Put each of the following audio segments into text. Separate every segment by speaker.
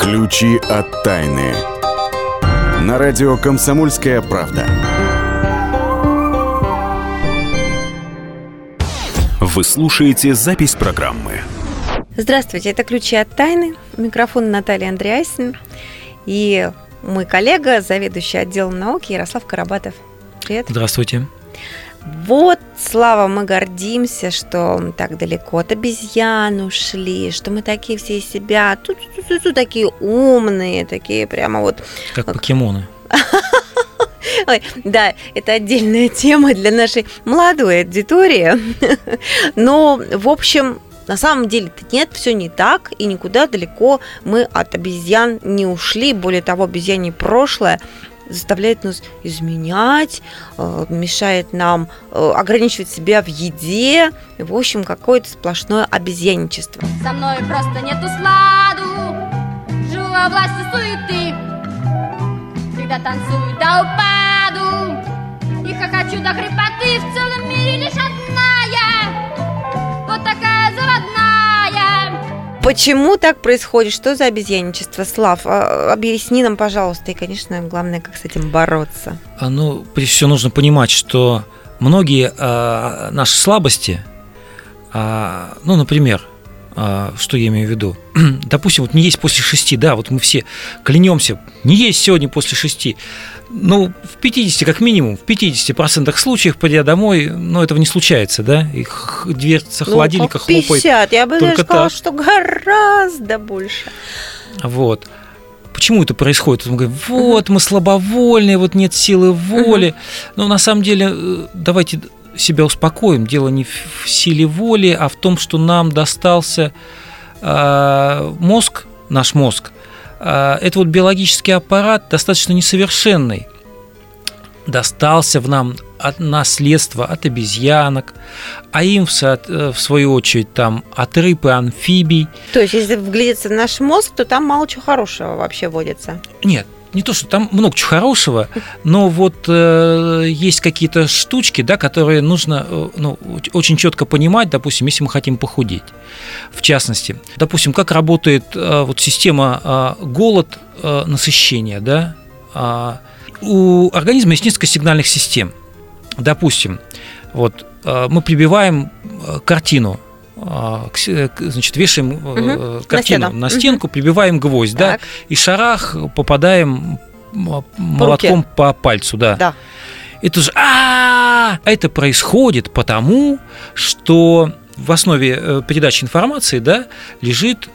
Speaker 1: Ключи от тайны. На радио «Комсомольская правда». Вы слушаете запись программы.
Speaker 2: Здравствуйте, это «Ключи от тайны». У микрофона Наталья Андреасин. И мой коллега, заведующий отделом науки Ярослав Карабатов. Привет.
Speaker 3: Здравствуйте.
Speaker 2: Вот, Слава, мы гордимся, что мы так далеко от обезьян ушли, что мы такие все из себя, такие умные, такие прямо вот...
Speaker 3: Как покемоны.
Speaker 2: Ой, да, это отдельная тема для нашей молодой аудитории. Но, в общем, на самом деле-то нет, все не так, и никуда далеко мы от обезьян не ушли. Более того, обезьянье прошлое заставляет нас изменять, мешает нам ограничивать себя в еде. В общем, какое-то сплошное обезьянничество.
Speaker 4: Со мной просто нету сладу, живу во власти суеты, всегда танцую до упаду и хохочу до хрипоты. В целом мире лишь одна я, вот такая заводная.
Speaker 2: Почему так происходит? Что за обезьянничество? Слав, объясни нам, пожалуйста, и, конечно, главное, как с этим бороться.
Speaker 3: Прежде всего, нужно понимать, что многие наши слабости, например, что я имею в виду? Допустим, вот не есть после 6, да, вот мы все клянемся, не есть сегодня после 6. В 50, как минимум, в 50% случаев, придя домой, этого не случается, да, и дверца холодильника хлопает.
Speaker 2: 50, я бы даже сказала,
Speaker 3: так,
Speaker 2: что гораздо больше.
Speaker 3: Вот. Почему это происходит? Мы говорим, мы слабовольные, вот нет силы воли. Но на самом деле, давайте себя успокоим. Дело не в силе воли, а в том, что нам достался мозг, наш мозг. Это вот биологический аппарат достаточно несовершенный. Достался в нам от наследства от обезьянок, а им, в свою очередь, от рыб и амфибий.
Speaker 2: То есть, если вглядеться в наш мозг, то там мало чего хорошего вообще водится?
Speaker 3: Нет. Не то, что там много чего хорошего, но вот есть какие-то штучки, да, которые нужно очень четко понимать, допустим, если мы хотим похудеть. В частности, допустим, как работает система голод-насыщения, да? У организма есть несколько сигнальных систем. Допустим, мы прибиваем картину, вешаем картину на стенку, прибиваем гвоздь, да, и шарах попадаем молотком по пальцу, да.
Speaker 2: Да.
Speaker 3: Это же это происходит потому, что в основе передачи информации, да, лежит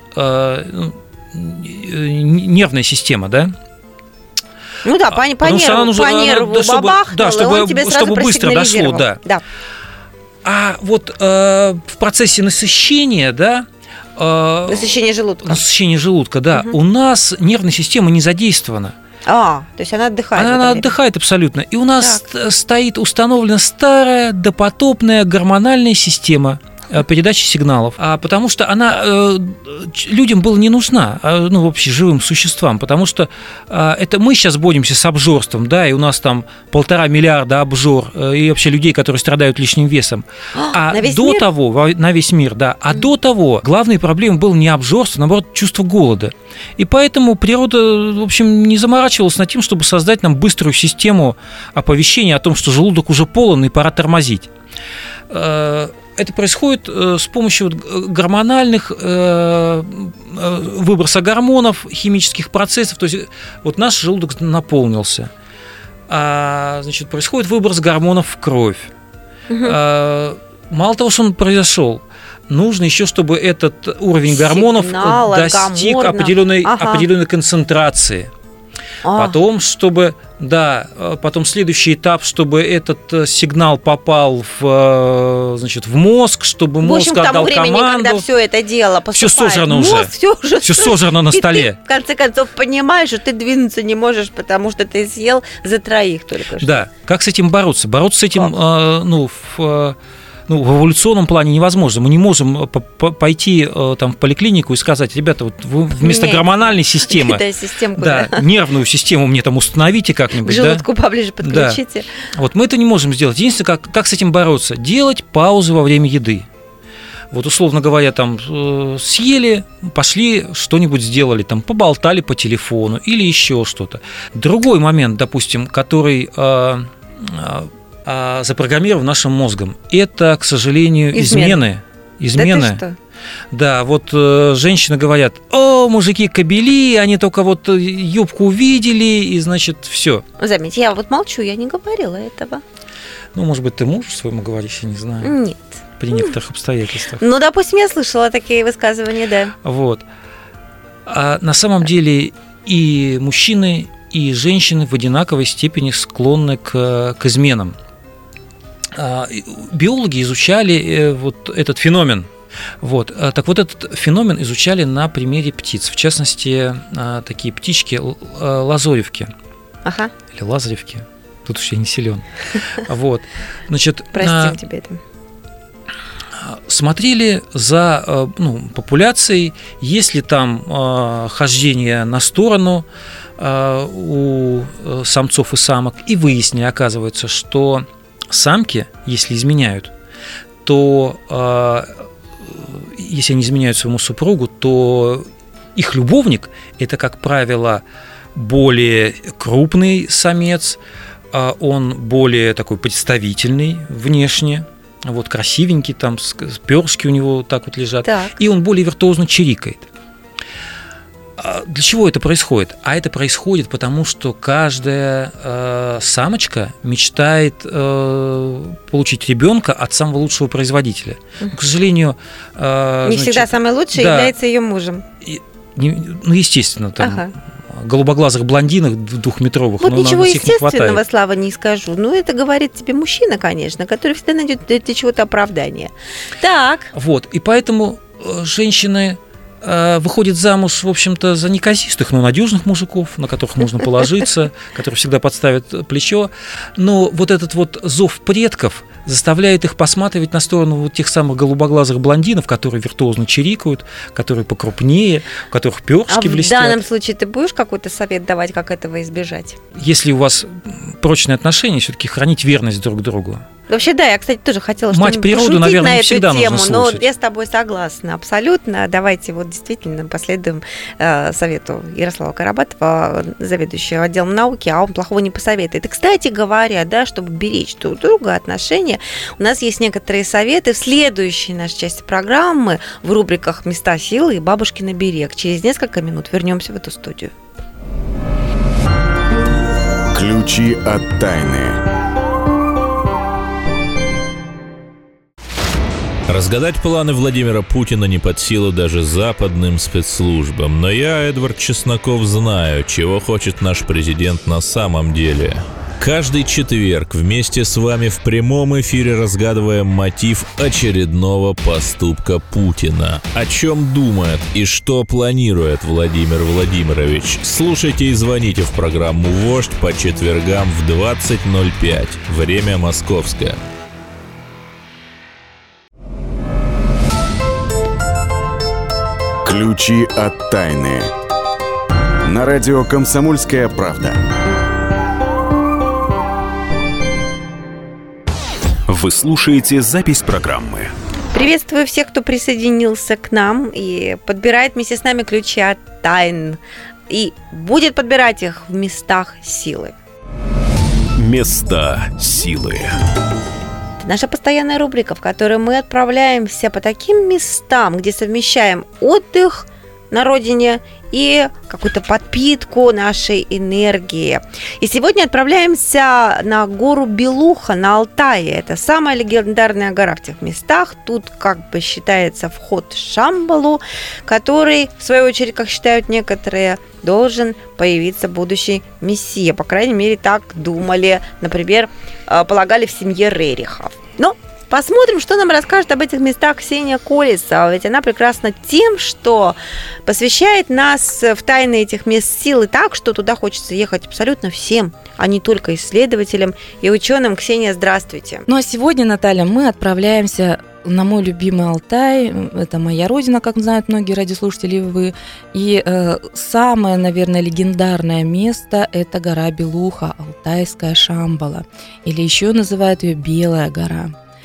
Speaker 3: нервная система, да.
Speaker 2: По нерву бабахнуло, он тебе сразу
Speaker 3: чтобы быстро дошло, да. А в процессе насыщения, да,
Speaker 2: насыщение желудка,
Speaker 3: да, у нас нервная система не задействована.
Speaker 2: То есть она отдыхает.
Speaker 3: Она отдыхает абсолютно. И у нас стоит установлена старая допотопная гормональная система передачи сигналов, потому что она людям была не нужна, вообще живым существам, потому что это мы сейчас боремся с обжорством, да, и у нас 1,5 миллиарда обжор, и вообще людей, которые страдают лишним весом.
Speaker 2: На весь мир,
Speaker 3: да. А до того главной проблемой было не обжорство, а наоборот, чувство голода. И поэтому природа, в общем, не заморачивалась над тем, чтобы создать нам быструю систему оповещения о том, что желудок уже полон и пора тормозить. Это происходит с помощью гормональных выброса гормонов, химических процессов. То есть наш желудок наполнился. Происходит выброс гормонов в кровь. Мало того, что он произошел, нужно еще, чтобы этот уровень гормонов достиг определенной концентрации. Потом, потом следующий этап, чтобы этот сигнал попал в мозг, чтобы мозг отдал команду. В общем, к тому времени, когда
Speaker 2: все это дело поступает в мозг,
Speaker 3: все сожрано на столе.
Speaker 2: И ты, в конце концов, понимаешь, что ты двинуться не можешь, потому что ты съел за 3 только что.
Speaker 3: Да. Как с этим бороться? Бороться с этим, в эволюционном плане невозможно. Мы не можем пойти в поликлинику и сказать: ребята, вы вместо гормональной системы, нервную систему мне установите как-нибудь.
Speaker 2: К желудку поближе подключите.
Speaker 3: Да. Мы это не можем сделать. Единственное, как с этим бороться? Делать паузы во время еды. Вот, условно говоря, там съели, пошли, что-нибудь сделали, там поболтали по телефону или еще что-то. Другой момент, допустим, который запрограммирован нашим мозгом, это, к сожалению, измены.
Speaker 2: Да ты что?
Speaker 3: Да, вот женщины говорят: о, мужики кобели, они только вот юбку увидели, и, значит, все.
Speaker 2: Заметь, я вот молчу, я не говорила этого.
Speaker 3: Ну, может быть, ты мужу своему говоришь, я не знаю.
Speaker 2: Нет.
Speaker 3: При некоторых обстоятельствах.
Speaker 2: Ну, допустим, я слышала такие высказывания, да.
Speaker 3: Вот. А на самом деле и мужчины, и женщины в одинаковой степени склонны к изменам. Биологи изучали вот этот феномен. Вот. Так вот, этот феномен изучали на примере птиц. В частности, такие птички лазоревки.
Speaker 2: Ага.
Speaker 3: Или лазаревки. Тут уж я не силен. Вот. Значит,
Speaker 2: простим тебе это.
Speaker 3: Смотрели за популяцией, есть ли там хождение на сторону у самцов и самок, и выяснили, оказывается, что самки, если изменяют, то если они изменяют своему супругу, то их любовник – это, как правило, более крупный самец, он более такой представительный внешне, вот красивенький, там перышки у него так вот лежат,
Speaker 2: так.
Speaker 3: И он более виртуозно чирикает. Для чего это происходит? А это происходит потому, что каждая самочка мечтает получить ребенка от самого лучшего производителя. Но, к сожалению,
Speaker 2: не всегда самый лучший является ее мужем.
Speaker 3: Ну, естественно, там голубоглазых блондинок двухметровых,
Speaker 2: вот
Speaker 3: но
Speaker 2: ничего
Speaker 3: нам всех не
Speaker 2: естественного,
Speaker 3: хватает.
Speaker 2: Слава, не скажу. Ну, это говорит тебе мужчина, конечно, который всегда найдет для чего-то оправдание. Так.
Speaker 3: Вот, и поэтому женщины выходит замуж, в общем-то, за неказистых, но надежных мужиков, на которых можно положиться, которые всегда подставят плечо. Но вот этот вот зов предков заставляет их посматривать на сторону вот тех самых голубоглазых блондинов, которые виртуозно чирикают, которые покрупнее, у которых перышки блестят.
Speaker 2: В данном случае ты будешь какой-то совет давать, как этого избежать?
Speaker 3: Если у вас прочные отношения, все-таки хранить верность друг другу.
Speaker 2: Вообще, да, я, кстати, тоже хотела
Speaker 3: Мать природу, наверное,
Speaker 2: на эту
Speaker 3: всегда
Speaker 2: тему,
Speaker 3: нужно
Speaker 2: но
Speaker 3: слушать.
Speaker 2: я с тобой согласна абсолютно. Давайте вот действительно последуем совету Ярослава Карабатова, заведующего отделом науки, а он плохого не посоветует. И, кстати говоря, да, чтобы беречь друг друга, отношения, у нас есть некоторые советы в следующей нашей части программы в рубриках «Места силы» и «Бабушкин берег». Через несколько минут вернемся в эту студию.
Speaker 1: Ключи от тайны.
Speaker 5: Разгадать планы Владимира Путина не под силу даже западным спецслужбам. Но я, Эдвард Чесноков, знаю, чего хочет наш президент на самом деле. Каждый четверг вместе с вами в прямом эфире разгадываем мотив очередного поступка Путина. О чем думает и что планирует Владимир Владимирович? Слушайте и звоните в программу «Вождь» по четвергам в 20:05. Время московское.
Speaker 1: Ключи от тайны. На радио «Комсомольская правда».
Speaker 6: Вы слушаете запись программы.
Speaker 2: Приветствую всех, кто присоединился к нам и подбирает вместе с нами ключи от тайн. И будет подбирать их в местах силы.
Speaker 6: Места силы.
Speaker 2: Наша постоянная рубрика, в которой мы отправляемся по таким местам, где совмещаем отдых на родине и какую-то подпитку нашей энергии. И сегодня отправляемся на гору Белуха на Алтае. Это самая легендарная гора в тех местах. Тут как бы считается вход в Шамбалу, который, в свою очередь, как считают некоторые, должен появиться будущий мессия. По крайней мере, так думали, например, полагали в семье Рерихов. Но посмотрим, что нам расскажет об этих местах Ксения Колесова. Ведь она прекрасна тем, что посвящает нас в тайны этих мест силы так, что туда хочется ехать абсолютно всем, а не только исследователям и ученым. Ксения, здравствуйте.
Speaker 7: Ну а сегодня, Наталья, мы отправляемся на мой любимый Алтай. Это моя родина, как знают многие радиослушатели, вы. И самое, наверное, легендарное место – это гора Белуха, Алтайская Шамбала. Или еще называют ее Белая гора.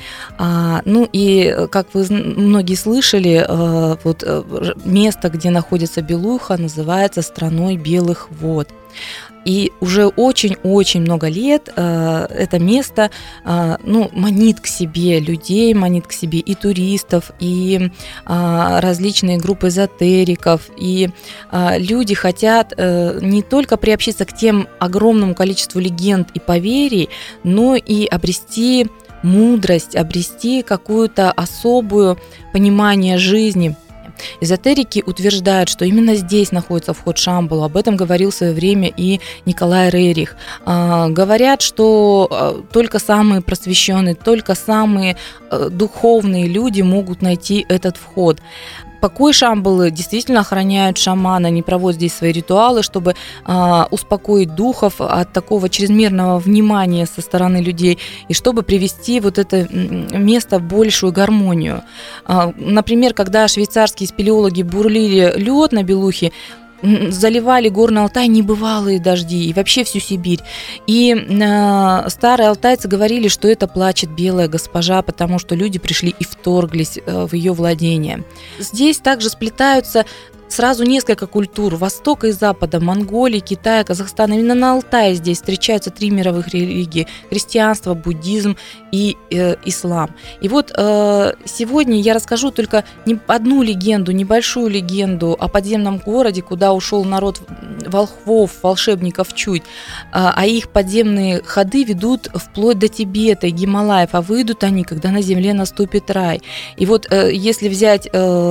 Speaker 7: Ну и, как вы многие слышали, вот место, где находится Белуха, называется «Страной белых вод». И уже очень-очень много лет это место манит к себе людей, манит к себе и туристов, и различные группы эзотериков. И люди хотят не только приобщиться к тем огромному количеству легенд и поверий, но и обрести мудрость, обрести какую-то особую понимание жизни. Эзотерики утверждают, что именно здесь находится вход Шамбалу. Об этом говорил в свое время и Николай Рерих. Говорят, что только самые просвещенные, только самые духовные люди могут найти этот вход. Покой Шамбалы действительно охраняют шаманы, они проводят здесь свои ритуалы, чтобы успокоить духов от такого чрезмерного внимания со стороны людей и чтобы привести вот это место в большую гармонию. Например, когда швейцарские спелеологи бурлили лед на Белухе, заливали Горный Алтай небывалые дожди и вообще всю Сибирь. И старые алтайцы говорили, что это плачет белая госпожа, потому что люди пришли и вторглись в ее владение. Здесь также сплетаются сразу несколько культур: Востока и Запада, Монголии, Китая, Казахстана. Именно на Алтае здесь встречаются 3 мировых религии: христианство, буддизм и ислам. И вот сегодня я расскажу только одну легенду, небольшую легенду о подземном городе, куда ушел народ волхвов, волшебников Чудь, а их подземные ходы ведут вплоть до Тибета и Гималаев, а выйдут они, когда на земле наступит рай. И вот если взять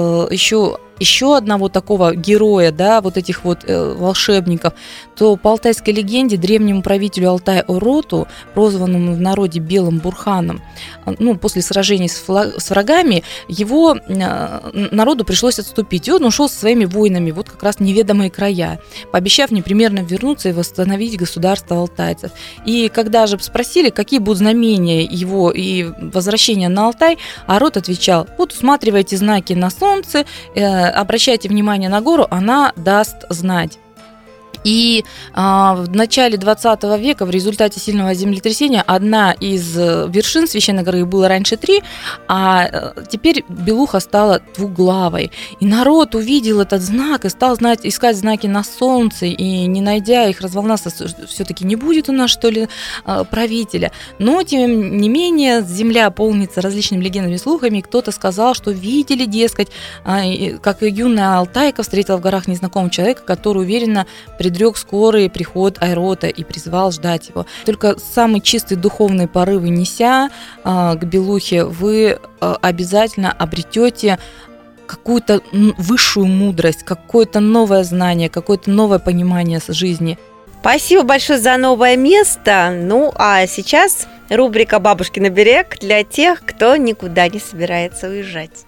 Speaker 7: еще одного такого героя, да, вот этих вот волшебников, то по алтайской легенде древнему правителю Алтая Ороту, прозванному в народе Белым Бурханом, после сражений с врагами, его народу пришлось отступить, и он ушел со своими воинами вот как раз в неведомые края, пообещав непременно вернуться и восстановить государство алтайцев. И когда же спросили, какие будут знамения его и возвращения на Алтай, Орот отвечал: вот усматривайте знаки на солнце, обращайте внимание на гору, она даст знать. И в начале 20 века в результате сильного землетрясения одна из вершин Священной горы, было раньше 3, а теперь Белуха стала двуглавой. И народ увидел этот знак и стал искать знаки на солнце, и не найдя их, разволновался: все-таки не будет у нас, что ли, правителя. Но, тем не менее, земля полнится различными легендами и слухами, и кто-то сказал, что видели, дескать, как юная алтайка встретила в горах незнакомого человека, который уверенно предрек скорый приход Орота и призвал ждать его. Только самые чистые духовные порывы неся к Белухе, вы обязательно обретете какую-то высшую мудрость, какое-то новое знание, какое-то новое понимание жизни.
Speaker 2: Спасибо большое за новое место. Ну, а сейчас рубрика «Бабушкин оберег» для тех, кто никуда не собирается уезжать.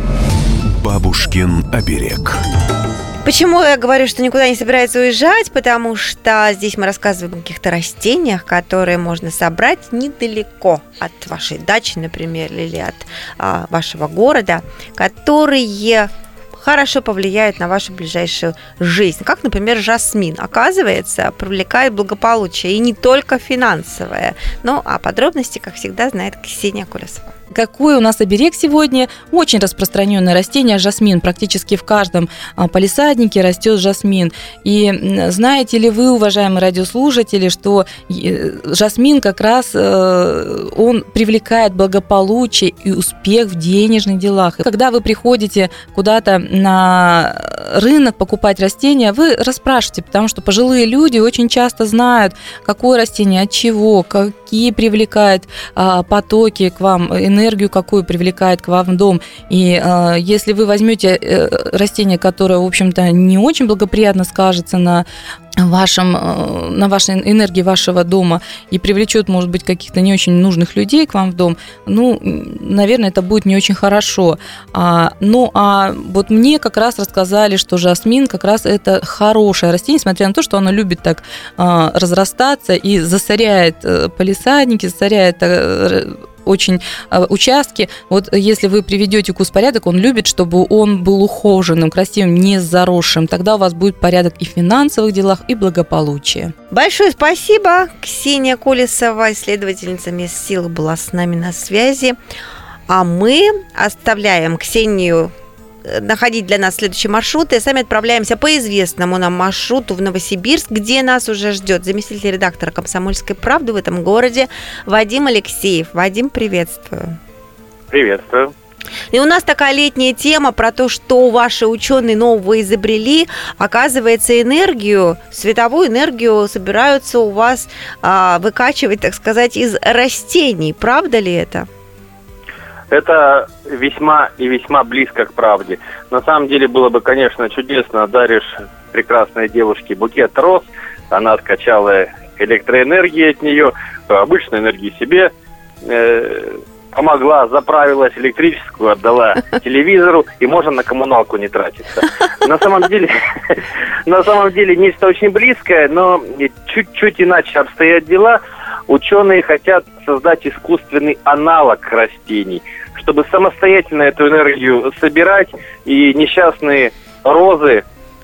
Speaker 6: Бабушкин оберег.
Speaker 2: Почему я говорю, что никуда не собирается уезжать? Потому что здесь мы рассказываем о каких-то растениях, которые можно собрать недалеко от вашей дачи, например, или от вашего города, которые хорошо повлияют на вашу ближайшую жизнь. Как, например, жасмин, оказывается, привлекает благополучие, и не только финансовое. Ну, а подробности, как всегда, знает Ксения Колесова.
Speaker 7: Какой у нас оберег сегодня? Очень распространенное растение жасмин. Практически в каждом палисаднике растет жасмин. И знаете ли вы, уважаемые радиослушатели, что жасмин как раз он привлекает благополучие и успех в денежных делах. И когда вы приходите куда-то на рынок покупать растения, вы расспрашиваете, потому что пожилые люди очень часто знают, какое растение, от чего, какие привлекают потоки к вам, энергию какую привлекает к вам в дом. И если вы возьмете растение, которое, в общем-то, не очень благоприятно скажется на вашей энергии вашего дома и привлечет, может быть, каких-то не очень нужных людей к вам в дом, наверное, это будет не очень хорошо. Вот мне как раз рассказали, что жасмин как раз это хорошее растение, несмотря на то, что оно любит так разрастаться и засоряет палисадники, засоряет очень участки. Вот если вы приведете КУС в порядок, он любит, чтобы он был ухоженным, красивым, не заросшим. Тогда у вас будет порядок и в финансовых делах, и благополучие.
Speaker 2: Большое спасибо. Ксения Колесова, исследовательница мест силы, была с нами на связи. А мы оставляем Ксению находить для нас следующий маршрут и сами отправляемся по известному нам маршруту в Новосибирск, где нас уже ждет заместитель редактора «Комсомольской правды» в этом городе Вадим Алексеев. Вадим, приветствую.
Speaker 8: Приветствую.
Speaker 2: И у нас такая летняя тема про то, что ваши ученые нового изобрели. Оказывается, энергию, световую энергию собираются у вас выкачивать, так сказать, из растений. Правда ли это?
Speaker 8: Это весьма и весьма близко к правде. На самом деле было бы, конечно, чудесно, даришь прекрасной девушке букет роз, она откачала электроэнергии от нее, обычной энергии себе, помогла, заправилась электрическую, отдала телевизору, и можно на коммуналку не тратиться. На самом деле нечто очень близкое, но чуть-чуть иначе обстоят дела. Ученые хотят создать искусственный аналог растений, чтобы самостоятельно эту энергию собирать и несчастные розы,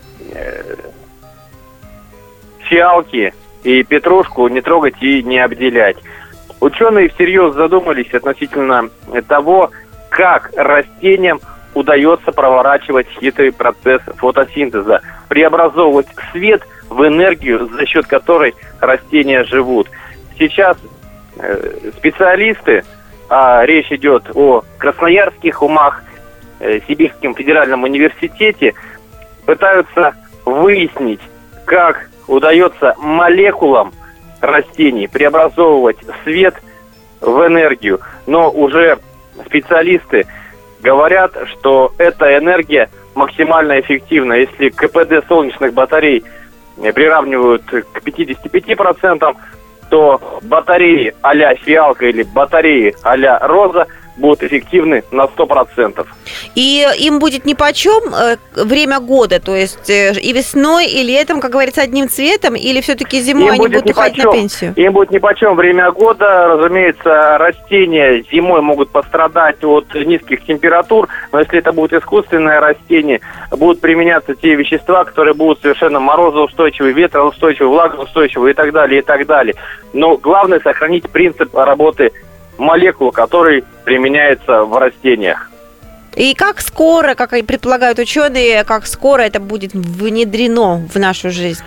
Speaker 8: фиалки и петрушку не трогать и не обделять. Ученые всерьез задумались относительно того, как растениям удается проворачивать хитрый процесс фотосинтеза, преобразовывать свет в энергию, за счет которой растения живут. Сейчас специалисты, а речь идет о красноярских умах, Сибирском федеральном университете, пытаются выяснить, как удается молекулам растений преобразовывать свет в энергию. Но уже специалисты говорят, что эта энергия максимально эффективна. Если КПД солнечных батарей приравнивают к 55%, то батареи а-ля фиалка или батареи а-ля роза будут эффективны на 100%.
Speaker 2: И им будет нипочем время года, то есть и весной, и летом, как говорится, одним цветом, или все-таки зимой они будут уходить на пенсию?
Speaker 8: Им будет нипочем время года. Разумеется, растения зимой могут пострадать от низких температур, но если это будет искусственное растение, будут применяться те вещества, которые будут совершенно морозоустойчивы, ветроустойчивы, влагоустойчивы и так далее, и так далее. Но главное сохранить принцип работы молекул, который применяется в растениях.
Speaker 2: И как скоро, как и предполагают ученые, как скоро это будет внедрено в нашу жизнь?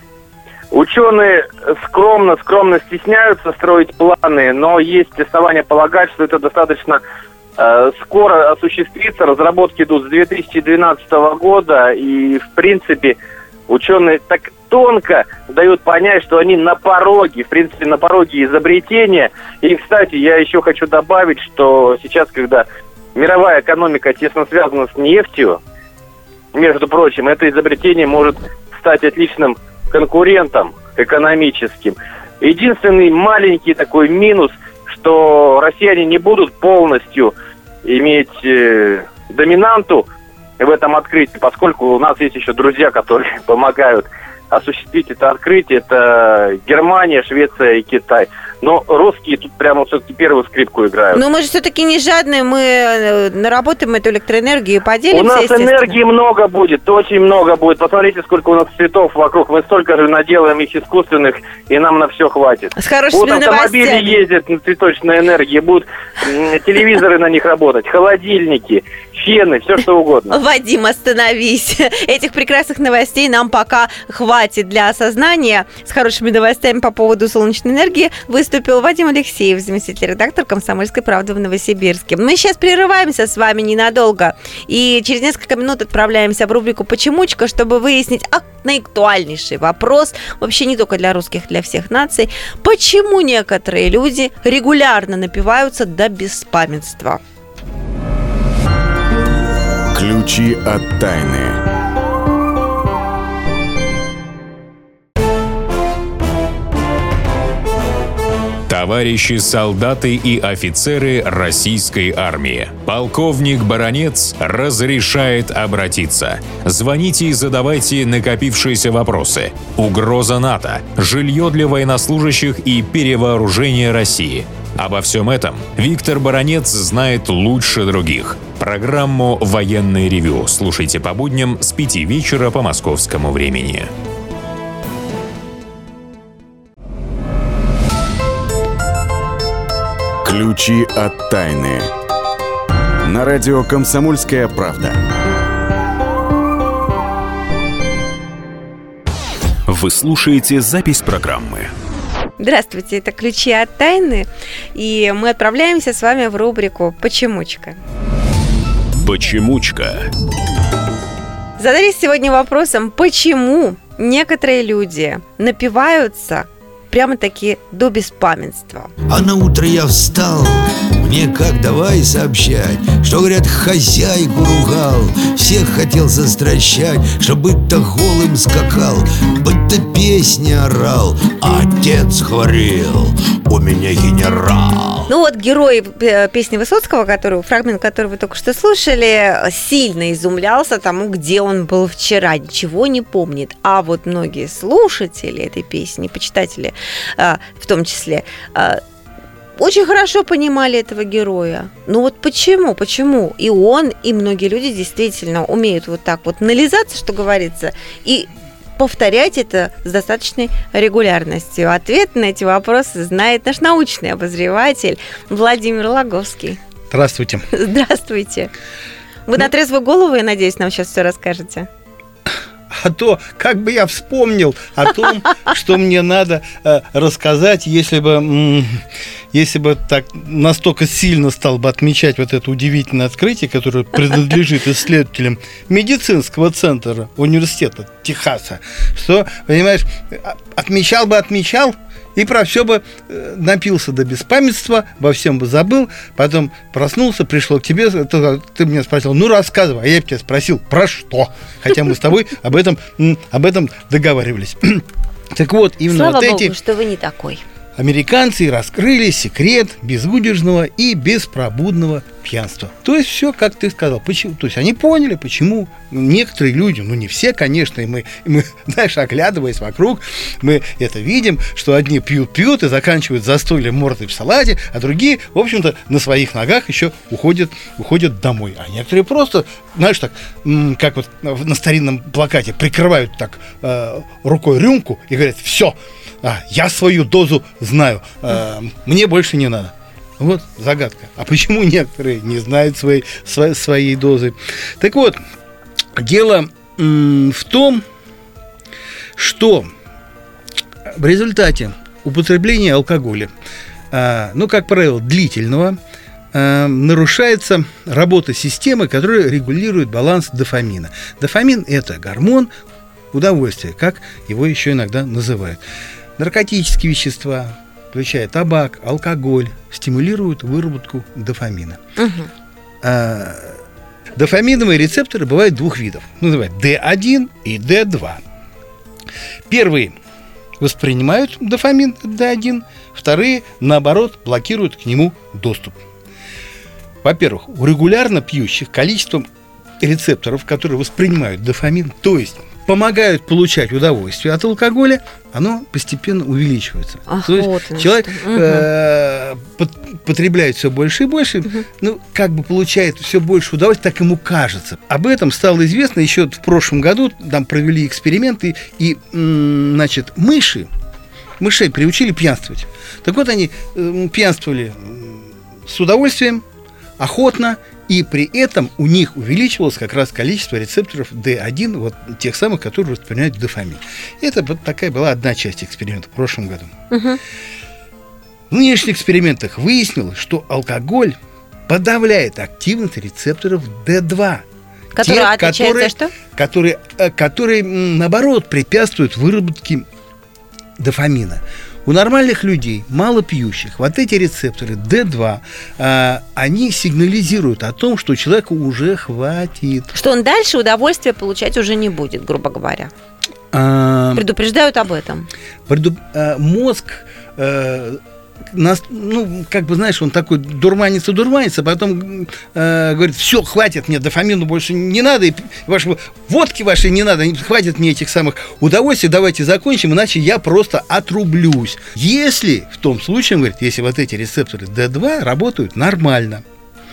Speaker 8: Ученые скромно стесняются строить планы, но есть основания полагать, что это достаточно скоро осуществится. Разработки идут с 2012 года, и в принципе ученые так тонко дают понять, что они на пороге, в принципе, на пороге изобретения. И, кстати, я еще хочу добавить, что сейчас, когда мировая экономика тесно связана с нефтью, между прочим, это изобретение может стать отличным конкурентом экономическим. Единственный маленький такой минус, что россияне не будут полностью иметь доминанту в этом открытии, поскольку у нас есть еще друзья, которые помогают осуществить это открытие. Это Германия, Швеция и Китай. Но русские тут прямо все-таки первую скрипку играют.
Speaker 2: Но мы же все-таки не жадные, мы наработаем эту электроэнергию и поделимся.
Speaker 8: У нас энергии много будет, очень много будет. Посмотрите, сколько у нас цветов вокруг. Мы столько же наделаем их искусственных, и нам на все хватит.
Speaker 2: С хорошими
Speaker 8: новостями. Будут автомобили ездят на цветочной энергии, будут телевизоры на них работать, холодильники, фены, все что угодно.
Speaker 2: Вадим, остановись. Этих прекрасных новостей нам пока хватит для осознания. С хорошими новостями по поводу солнечной энергии выступил Вадим Алексеев, заместитель редактора «Комсомольской правды» в Новосибирске. Мы сейчас прерываемся с вами ненадолго и через несколько минут отправляемся в рубрику «Почемучка», чтобы выяснить наиактуальнейший вопрос, вообще не только для русских, для всех наций. Почему некоторые люди регулярно напиваются до беспамятства?
Speaker 1: Ключи от тайны.
Speaker 9: Товарищи солдаты и офицеры российской армии. Полковник Баранец разрешает обратиться. Звоните и задавайте накопившиеся вопросы. Угроза НАТО, жилье для военнослужащих и перевооружение России. Обо всем этом Виктор Баранец знает лучше других. Программу «Военное ревю» слушайте по будням с 5 вечера по московскому времени.
Speaker 1: Ключи от тайны. На радио «Комсомольская правда».
Speaker 6: Вы слушаете запись программы.
Speaker 2: Здравствуйте, это «Ключи от тайны», и мы отправляемся с вами в рубрику «Почемучка».
Speaker 6: Почемучка.
Speaker 2: Задались сегодня вопросом, почему некоторые люди напиваются прямо-таки до беспамятства.
Speaker 10: А на утро я встал, мне как давай сообщать, что, говорят, хозяйку ругал, всех хотел застращать, что быть-то голым скакал, быть-то песни орал, а отец говорил, у меня генерал.
Speaker 2: Ну вот герой песни Высоцкого, фрагмент, который вы только что слушали, сильно изумлялся тому, где он был вчера, ничего не помнит. А вот многие слушатели этой песни, почитатели в том числе, очень хорошо понимали этого героя. Ну вот почему? И он, и многие люди действительно умеют вот так вот нализаться, что говорится, и повторять это с достаточной регулярностью. Ответ на эти вопросы знает наш научный обозреватель Владимир Логовский.
Speaker 11: Здравствуйте.
Speaker 2: Здравствуйте. Вы на трезвую голову, я надеюсь, нам сейчас все расскажете.
Speaker 11: А то, как бы я вспомнил о том, что мне надо рассказать, если бы так настолько сильно стал бы отмечать вот это удивительное открытие, которое принадлежит исследователям медицинского центра университета Техаса, что, понимаешь, отмечал, и про все бы напился до беспамятства, во всем бы забыл, потом проснулся, пришел к тебе, ты меня спросил, ну рассказывай, а я тебя спросил, про что? Хотя мы с тобой об этом договаривались. Так вот, именно
Speaker 2: Слава
Speaker 11: вот
Speaker 2: Богу,
Speaker 11: эти
Speaker 2: что вы не такой.
Speaker 11: американцы раскрыли секрет безудержного и беспробудного пьянства. То есть все, как ты сказал. Почему? То есть они поняли, почему некоторые люди, ну не все, конечно, и мы, знаешь, оглядываясь вокруг, мы это видим, что одни пьют и заканчивают застольем мордой в салате, а другие, в общем-то, на своих ногах еще уходят домой. А некоторые просто, знаешь, так, как вот на старинном плакате, прикрывают так рукой рюмку и говорят, все, я свою дозу знаю, мне больше не надо. Вот загадка. А почему некоторые не знают своей дозы? Так вот, дело в том, что в результате употребления алкоголя, ну, как правило, длительного, нарушается работа системы, которая регулирует баланс дофамина. Дофамин – это гормон удовольствия, как его еще иногда называют. Наркотические вещества, включая табак, алкоголь, стимулируют выработку дофамина. Дофаминовые рецепторы бывают двух видов. Называют D1 и D2. Первые воспринимают дофамин D1, вторые, наоборот, блокируют к нему доступ. Во-первых, у регулярно пьющих количество рецепторов, которые воспринимают дофамин, то есть помогают получать удовольствие от алкоголя, оно постепенно увеличивается. То есть вот человек потребляет все больше и больше, ну, как бы получает все больше удовольствия, так ему кажется. Об этом стало известно еще в прошлом году, там провели эксперименты, и, значит, мышей приучили пьянствовать. Так вот, они пьянствовали с удовольствием, охотно, и при этом у них увеличивалось как раз количество рецепторов D1, вот тех самых, которые воспринимают дофамин. Это вот такая была одна часть эксперимента в прошлом году. В нынешних экспериментах выяснилось, что алкоголь подавляет активность рецепторов D2. Которые, наоборот, препятствуют выработке дофамина. У нормальных людей, мало пьющих, вот эти рецепторы D2, они сигнализируют о том, что человеку уже хватит.
Speaker 2: Что он дальше удовольствия получать уже не будет, грубо говоря. Предупреждают об этом.
Speaker 11: Мозг знаешь, он такой дурманится, а потом говорит: все, хватит мне, дофамину больше не надо, и водки вашей не надо, хватит мне этих самых удовольствий, давайте закончим, иначе я просто отрублюсь. Если, в том случае, он говорит, если вот эти рецепторы D2 работают нормально,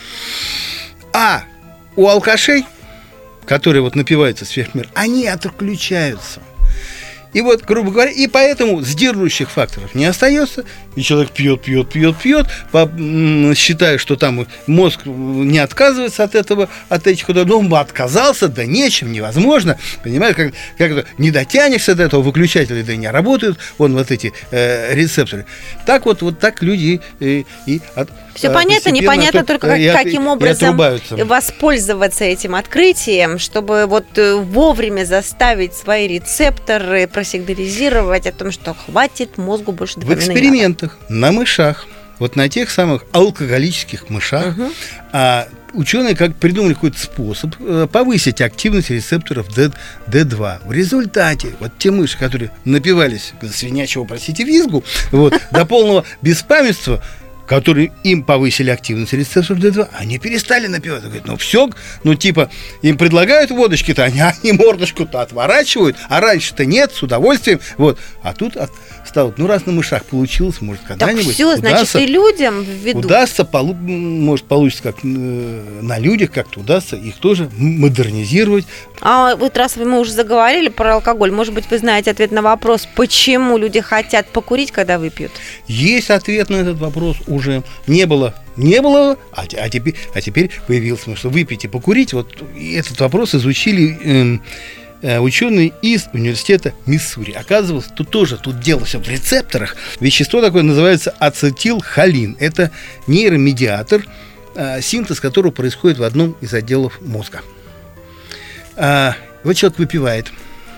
Speaker 11: а у алкашей, которые вот напиваются сверхмер, они отключаются. И вот, грубо говоря, и поэтому сдерживающих факторов не остается, и человек пьет, считая, что там мозг не отказывается от этих удовольствий, но отказался, да нечем, невозможно, понимаешь, как не дотянешься до этого выключателя, да и не работают вот эти рецепторы. Так так люди
Speaker 2: все понятно, непонятно только каким образом воспользоваться этим открытием, чтобы вовремя заставить свои рецепторы просигнализировать о том, что хватит мозгу больше дофамина.
Speaker 11: В экспериментах на мышах, на тех самых алкоголических мышах, ученые придумали какой-то способ повысить активность рецепторов D2. В результате те мыши, которые напивались до свинячьего, визгу, до полного беспамятства, которые им повысили активность рецепторов D2, они перестали напивать. Говорят, им предлагают водочки-то, они мордочку-то отворачивают, а раньше-то нет, с удовольствием. А тут стало, раз на мышах получилось, может, когда-нибудь
Speaker 2: так все, значит, и людям введут.
Speaker 11: Может, получится как на людях, как-то удастся их тоже модернизировать.
Speaker 2: А раз мы уже заговорили про алкоголь, может быть, вы знаете ответ на вопрос, почему люди хотят покурить, когда выпьют?
Speaker 11: Есть ответ на этот вопрос. Уже не было, а теперь появился. Потому что выпить и покурить, этот вопрос изучили ученые из университета Миссури. Оказывалось, тут дело все в рецепторах. Вещество такое называется ацетилхолин. Это нейромедиатор, синтез которого происходит в одном из отделов мозга. Человек выпивает.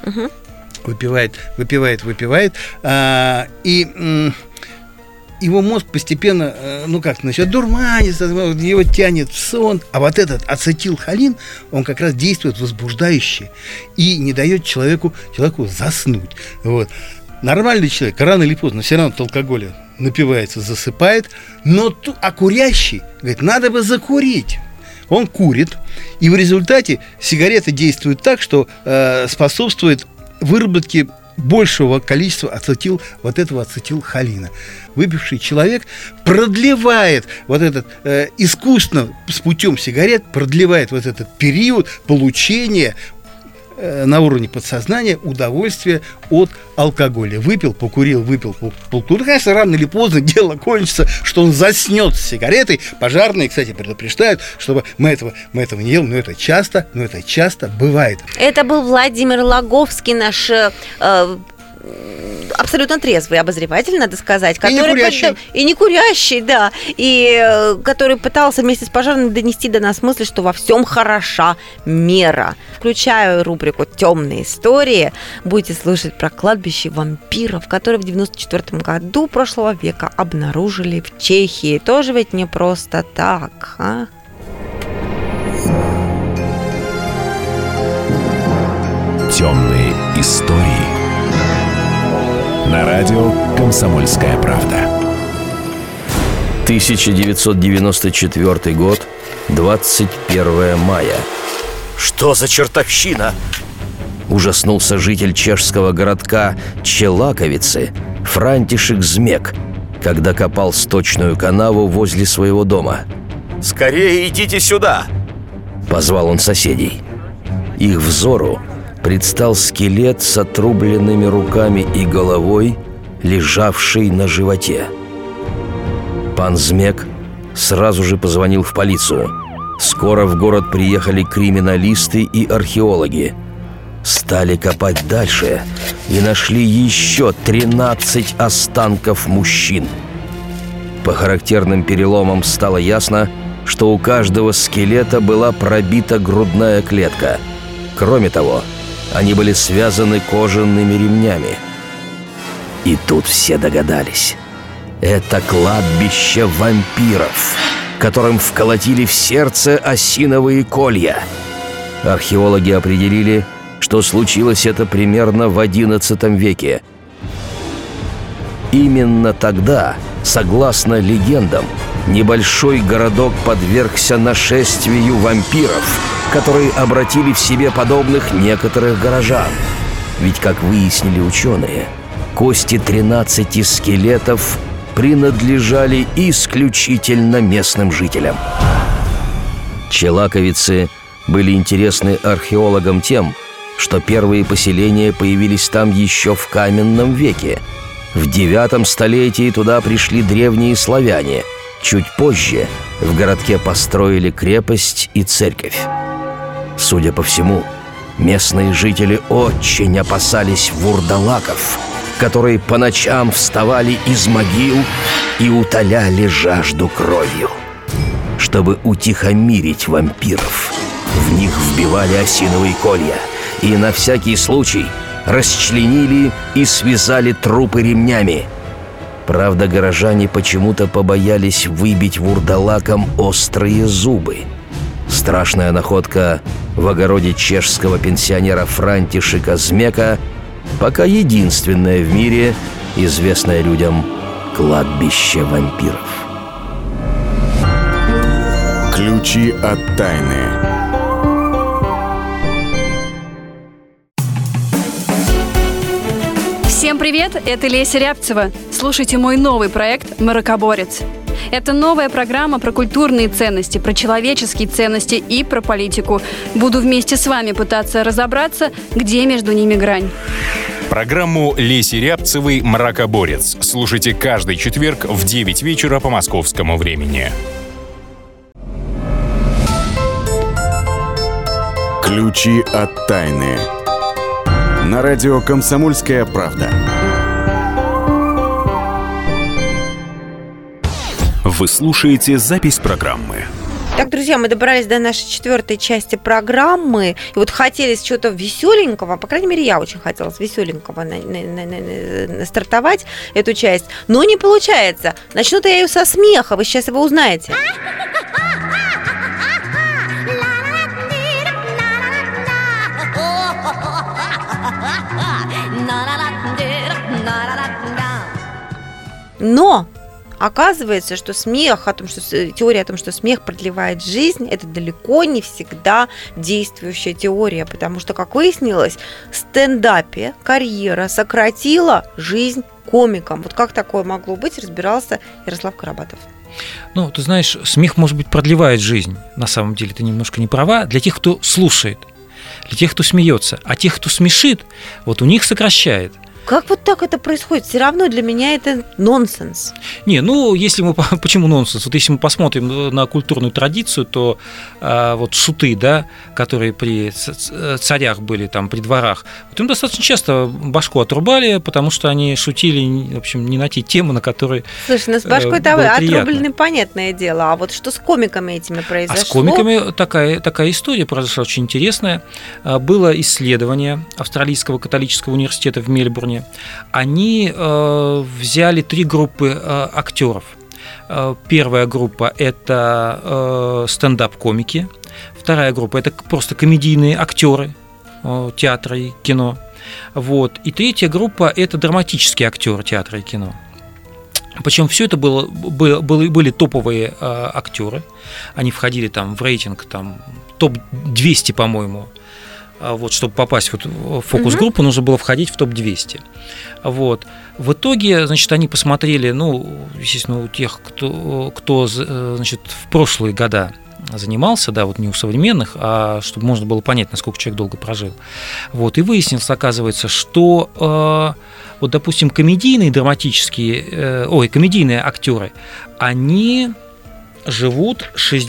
Speaker 11: Выпивает. И его мозг постепенно, начнет дурманиться, его тянет в сон. А этот ацетилхолин, он как раз действует возбуждающе и не дает человеку заснуть. Нормальный человек рано или поздно все равно от алкоголя напивается, засыпает, а курящий говорит, надо бы закурить. Он курит, и в результате сигарета действует так, что способствует выработке большего количества ацетилхолина. Выпивший человек продлевает искусственно с путем сигарет, продлевает этот период получения на уровне подсознания удовольствия от алкоголя. Выпил, покурил. Конечно, рано или поздно дело кончится, что он заснет с сигаретой. Пожарные, кстати, предупреждают, чтобы мы этого не делаем, но это часто бывает.
Speaker 2: Это был Владимир Логовский, наш абсолютно трезвый обозреватель, надо сказать, который и не курящий, да, и который пытался вместе с пожарными донести до нас мысль, что во всем хороша мера. Включаю рубрику «Темные истории». Будете слушать про кладбище вампиров, которые в 1994 году прошлого века обнаружили в Чехии. Тоже ведь не просто так, а?
Speaker 6: «Темные истории» на радио «Комсомольская правда».
Speaker 12: 1994 год, 21 мая.
Speaker 13: Что за чертовщина?
Speaker 12: Ужаснулся житель чешского городка Челаковицы Франтишек Змек, когда копал сточную канаву возле своего дома.
Speaker 13: «Скорее идите сюда!»
Speaker 12: Позвал он соседей. Их взору предстал скелет с отрубленными руками и головой, лежавший на животе. Пан Змек сразу же позвонил в полицию. Скоро в город приехали криминалисты и археологи. Стали копать дальше и нашли еще 13 останков мужчин. По характерным переломам стало ясно, что у каждого скелета была пробита грудная клетка. Кроме того, они были связаны кожаными ремнями. И тут все догадались. Это кладбище вампиров, которым вколотили в сердце осиновые колья. Археологи определили, что случилось это примерно в XI веке. Именно тогда, согласно легендам, небольшой городок подвергся нашествию вампиров, которые обратили в себе подобных некоторых горожан. Ведь, как выяснили ученые, кости 13 скелетов принадлежали исключительно местным жителям. Челаковицы были интересны археологам тем, что первые поселения появились там еще в каменном веке. В 9 столетии туда пришли древние славяне. Чуть позже в городке построили крепость и церковь. Судя по всему, местные жители очень опасались вурдалаков, которые по ночам вставали из могил и утоляли жажду кровью. Чтобы утихомирить вампиров, в них вбивали осиновые колья и на всякий случай расчленили и связали трупы ремнями. Правда, горожане почему-то побоялись выбить вурдалакам острые зубы. Страшная находка в огороде чешского пенсионера Франтишека Змека пока единственное в мире известное людям кладбище вампиров.
Speaker 1: Ключи от тайны.
Speaker 14: Всем привет, это Леся Рябцева. Слушайте мой новый проект «Мракоборец». Это новая программа про культурные ценности, про человеческие ценности и про политику. Буду вместе с вами пытаться разобраться, где между ними грань.
Speaker 9: Программу Леси Рябцевой «Мракоборец» слушайте каждый четверг в 9 вечера по московскому времени.
Speaker 1: Ключи от тайны. На радио «Комсомольская правда».
Speaker 9: Вы слушаете запись программы.
Speaker 2: Так, друзья, мы добрались до нашей 4-й части программы. И вот хотели с чего-то веселенького, по крайней мере, я очень хотела с веселенького стартовать эту часть, но не получается. Начну-то я ее со смеха, вы сейчас его узнаете. Но оказывается, что смех, теория о том, что смех продлевает жизнь, это далеко не всегда действующая теория, потому что, как выяснилось, в стендапе карьера сократила жизнь комикам. Вот как такое могло быть, разбирался Ярослав Карабатов.
Speaker 3: Ну, ты знаешь, смех, может быть, продлевает жизнь. На самом деле ты немножко не права. Для тех, кто слушает, для тех, кто смеется, а тех, кто смешит, вот у них сокращает.
Speaker 2: Как вот так это происходит? Все равно для меня это нонсенс.
Speaker 3: Не, ну, если мы... Почему нонсенс? Вот если мы посмотрим на культурную традицию, то вот шуты, да, которые при царях были, там, при дворах, вот им достаточно часто башку отрубали, потому что они шутили, в общем, не на те темы, на которые
Speaker 2: Слушай, ну с башкой-то отрублены, понятное дело. А вот что с комиками этими произошло?
Speaker 3: А с комиками такая история произошла очень интересная. Было исследование Австралийского католического университета в Мельбурне. Они взяли 3 группы актеров. Первая группа – это стендап-комики. Вторая группа – это просто комедийные актеры театра и кино. Вот. И третья группа – это драматические актеры театра и кино. Причем все это были топовые актеры. Они входили там в рейтинг там, топ-200, по-моему. Вот, чтобы попасть вот в фокус-группу, нужно было входить в топ-200. Вот. В итоге, значит, они посмотрели, ну, естественно, у тех, кто значит, в прошлые года занимался, да, вот не у современных, а чтобы можно было понять, насколько человек долго прожил. Вот. И выяснилось, оказывается, что, вот, допустим, комедийные актеры, они живут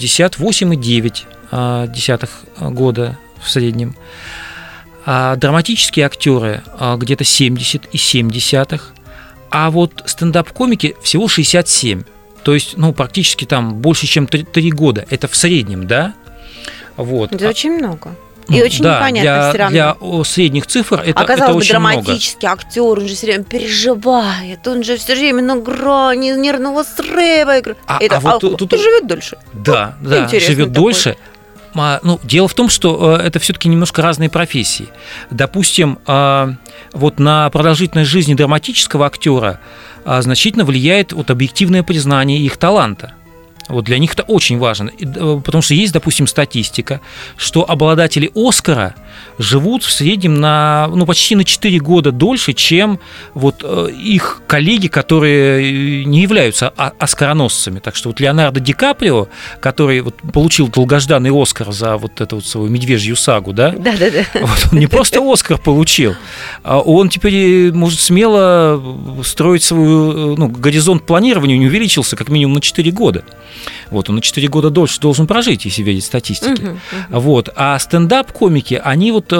Speaker 3: 68,9 года в среднем. А драматические актеры где-то 70,7, а вот стендап-комики всего 67. То есть, ну, практически там больше, чем 3 года. Это в среднем, да? Вот.
Speaker 2: Это очень много. И очень непонятно все равно.
Speaker 3: Для средних цифр это
Speaker 2: Оказалось
Speaker 3: очень
Speaker 2: бы, драматический актер, он же все время переживает, он же все время на грани нервного срыва. Тут живет дольше.
Speaker 3: Да, живет дольше. Дело в том, что это все-таки немножко разные профессии. Допустим, вот на продолжительность жизни драматического актера значительно влияет вот объективное признание их таланта. Вот для них это очень важно, потому что есть, допустим, статистика, что обладатели «Оскара» живут в среднем почти на 4 года дольше, чем вот их коллеги, которые не являются оскароносцами. Так что вот Леонардо Ди Каприо, который вот получил долгожданный «Оскар» за вот эту вот свою «Медвежью сагу», да?
Speaker 2: Да-да-да.
Speaker 3: Вот он не просто «Оскар» получил, а он теперь может смело строить свой горизонт планирования, не увеличился как минимум на 4 года. Вот, он на 4 года дольше должен прожить, если верить статистике. Вот. А стендап-комики, они вот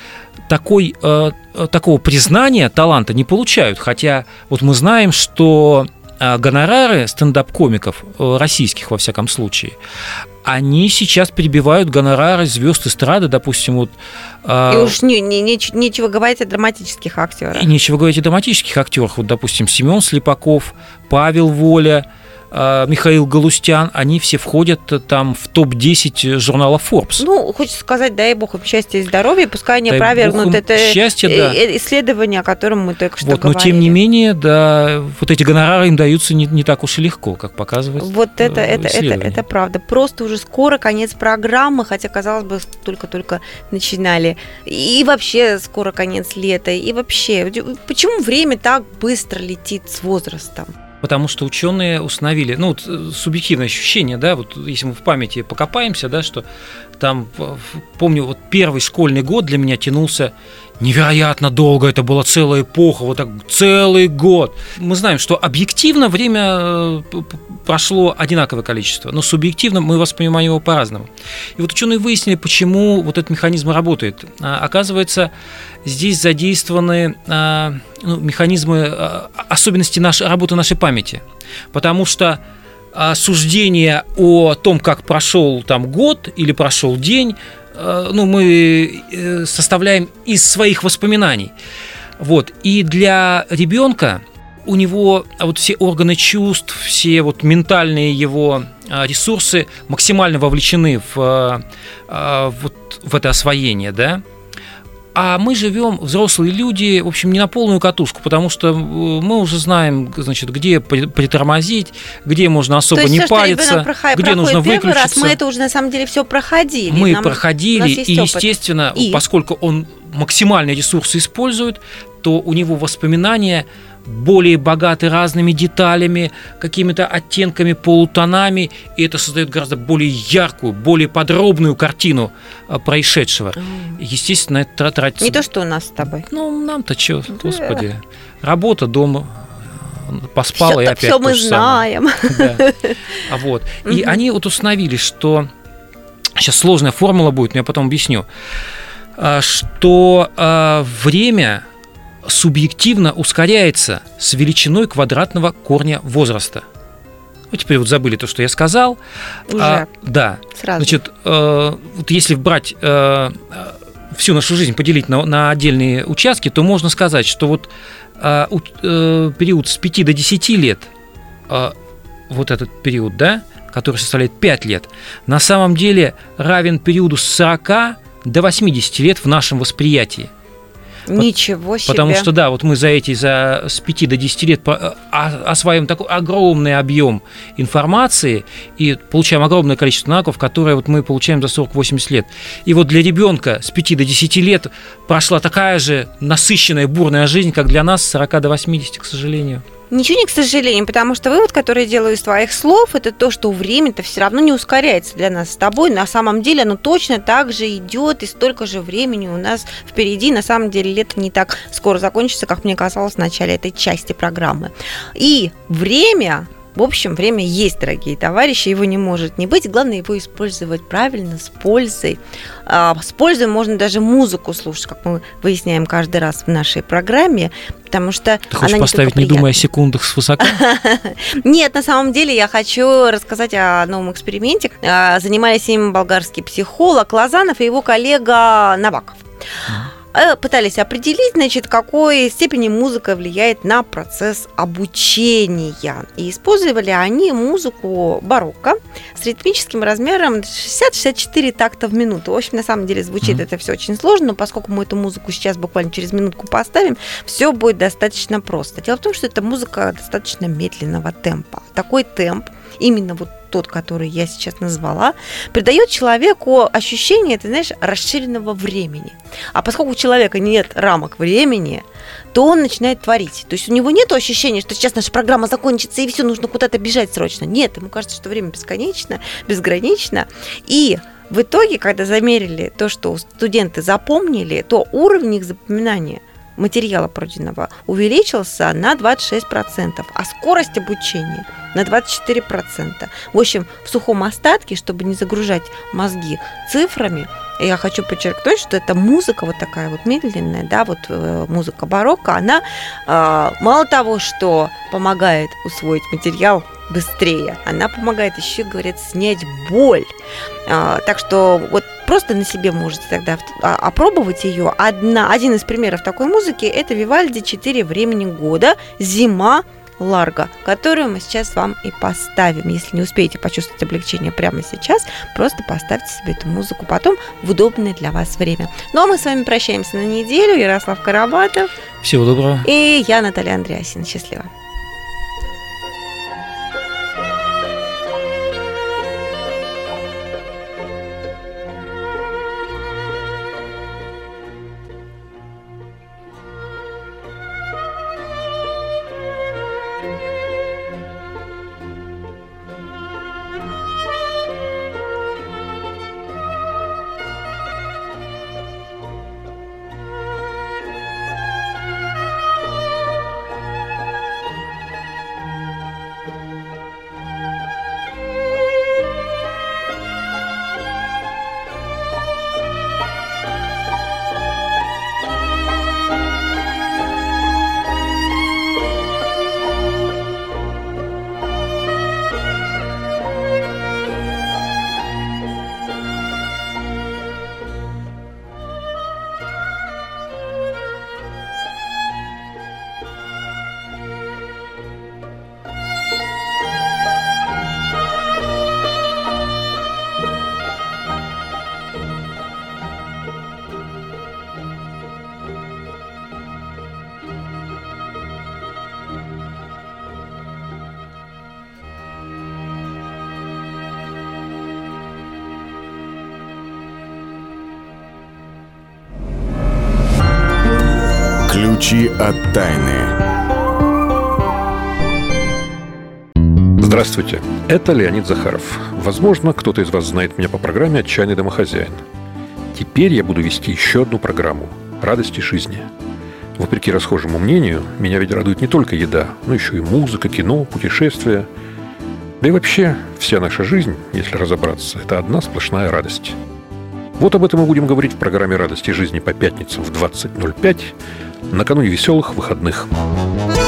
Speaker 3: такого признания таланта не получают. Хотя вот мы знаем, что гонорары стендап-комиков, российских во всяком случае, они сейчас перебивают гонорары звезд эстрады, допустим, вот...
Speaker 2: И уж нечего говорить о драматических актерах.
Speaker 3: И нечего говорить о драматических актерах. Вот, допустим, Семен Слепаков, Павел Воля, Михаил Галустян, они все входят там в топ-10 журнала Forbes.
Speaker 2: Хочется сказать, дай бог им счастья и здоровья, пускай они опровергнут это исследование, о котором мы только что говорили.
Speaker 3: Но тем не менее, да, вот эти гонорары им даются не так уж и легко, как показывает исследование.
Speaker 2: Это правда. Просто уже скоро конец программы, хотя, казалось бы, только-только начинали. И вообще скоро конец лета. И вообще, почему время так быстро летит с возрастом?
Speaker 3: Потому что ученые установили, субъективное ощущение, да, вот если мы в памяти покопаемся, да, что там, помню, вот первый школьный год для меня тянулся невероятно долго, это была целая эпоха, вот так целый год. Мы знаем, что объективно время прошло одинаковое количество, но субъективно мы воспринимаем его по-разному. И вот ученые выяснили, почему вот этот механизм работает. Оказывается, здесь задействованы механизмы, особенности работы нашей памяти, потому что суждение о том, как прошел там год или прошел день, мы составляем из своих воспоминаний. Вот. И для ребенка у него вот все органы чувств, все вот ментальные его ресурсы максимально вовлечены в это освоение, да. А мы живем, взрослые люди, в общем, не на полную катушку, потому что мы уже знаем, значит, где притормозить, где можно особо не париться, где нужно выключиться.
Speaker 2: Раз мы это уже на самом деле все проходили.
Speaker 3: Мы проходили, и, естественно, поскольку он максимальные ресурсы использует, то у него воспоминания более богаты разными деталями, какими-то оттенками, полутонами, и это создает гораздо более яркую, более подробную картину происшедшего. Естественно, это тратится...
Speaker 2: Не то, что у нас с тобой.
Speaker 3: Нам-то что, господи. Работа, дома, поспала, и опять
Speaker 2: все мы знаем.
Speaker 3: Да. Вот. И они вот установили, что... Сейчас сложная формула будет, но я потом объясню. Что время субъективно ускоряется с величиной квадратного корня возраста. Теперь вот забыли то, что я сказал.
Speaker 2: Уже.
Speaker 3: Да.
Speaker 2: Сразу.
Speaker 3: Значит, вот если брать всю нашу жизнь, поделить на отдельные участки, то можно сказать, что вот период с 5 до 10 лет, вот этот период, да, который составляет 5 лет, на самом деле равен периоду с 40 до 80 лет в нашем восприятии.
Speaker 2: Ничего себе.
Speaker 3: Потому что, да, вот мы с 5 до 10 лет осваиваем такой огромный объем информации и получаем огромное количество навыков, которые вот мы получаем за 40-80 лет. И вот для ребенка с 5 до 10 лет прошла такая же насыщенная, бурная жизнь, как для нас с 40 до 80, к сожалению.
Speaker 2: Ничего не к сожалению, потому что вывод, который я делаю из твоих слов, это то, что время-то все равно не ускоряется для нас с тобой. На самом деле оно точно так же идет, и столько же времени у нас впереди. На самом деле лето не так скоро закончится, как мне казалось в начале этой части программы. И время... В общем, время есть, дорогие товарищи, его не может не быть. Главное его использовать правильно, с пользой. С пользой можно даже музыку слушать, как мы выясняем каждый раз в нашей программе, потому что
Speaker 3: ты хочешь
Speaker 2: она
Speaker 3: поставить, не думая о секундах свысока?
Speaker 2: Нет, на самом деле я хочу рассказать о новом эксперименте. Занимались им болгарский психолог Лазанов и его коллега Наваков. пытались определить, значит, какой степени музыка влияет на процесс обучения. И использовали они музыку барокко с ритмическим размером 60-64 такта в минуту. В общем, на самом деле звучит это все очень сложно, но поскольку мы эту музыку сейчас буквально через минутку поставим, все будет достаточно просто. Дело в том, что это музыка достаточно медленного темпа. Такой темп, именно вот тот, который я сейчас назвала, придает человеку ощущение, ты знаешь, расширенного времени. А поскольку у человека нет рамок времени, то он начинает творить. То есть у него нет ощущения, что сейчас наша программа закончится, и все, нужно куда-то бежать срочно. Нет, ему кажется, что время бесконечно, безгранично. И в итоге, когда замерили то, что студенты запомнили, то уровень их запоминания материала пройденного увеличился на 26%, а скорость обучения на 24%. В общем, в сухом остатке, чтобы не загружать мозги цифрами, я хочу подчеркнуть, что эта музыка вот такая вот медленная, да, вот музыка барокко, она мало того, что помогает усвоить материал быстрее, она помогает еще, говорят, снять боль. Так что вот просто на себе можете тогда опробовать ее. Один из примеров такой музыки – это Вивальди «4 времени года. Зима. Ларго», которую мы сейчас вам и поставим. Если не успеете почувствовать облегчение прямо сейчас, просто поставьте себе эту музыку потом в удобное для вас время. Ну а мы с вами прощаемся на неделю. Ярослав Карабатов.
Speaker 3: Всего доброго.
Speaker 2: И я, Наталья Андреасина. Счастливо.
Speaker 1: Ключи от тайны.
Speaker 15: Здравствуйте, это Леонид Захаров. Возможно, кто-то из вас знает меня по программе «Отчаянный домохозяин». Теперь я буду вести еще одну программу «Радости жизни». Вопреки расхожему мнению, меня ведь радует не только еда, но еще и музыка, кино, путешествия. Да и вообще, вся наша жизнь, если разобраться, это одна сплошная радость. Вот об этом мы будем говорить в программе «Радости жизни» по пятницам в 20:05, накануне веселых выходных.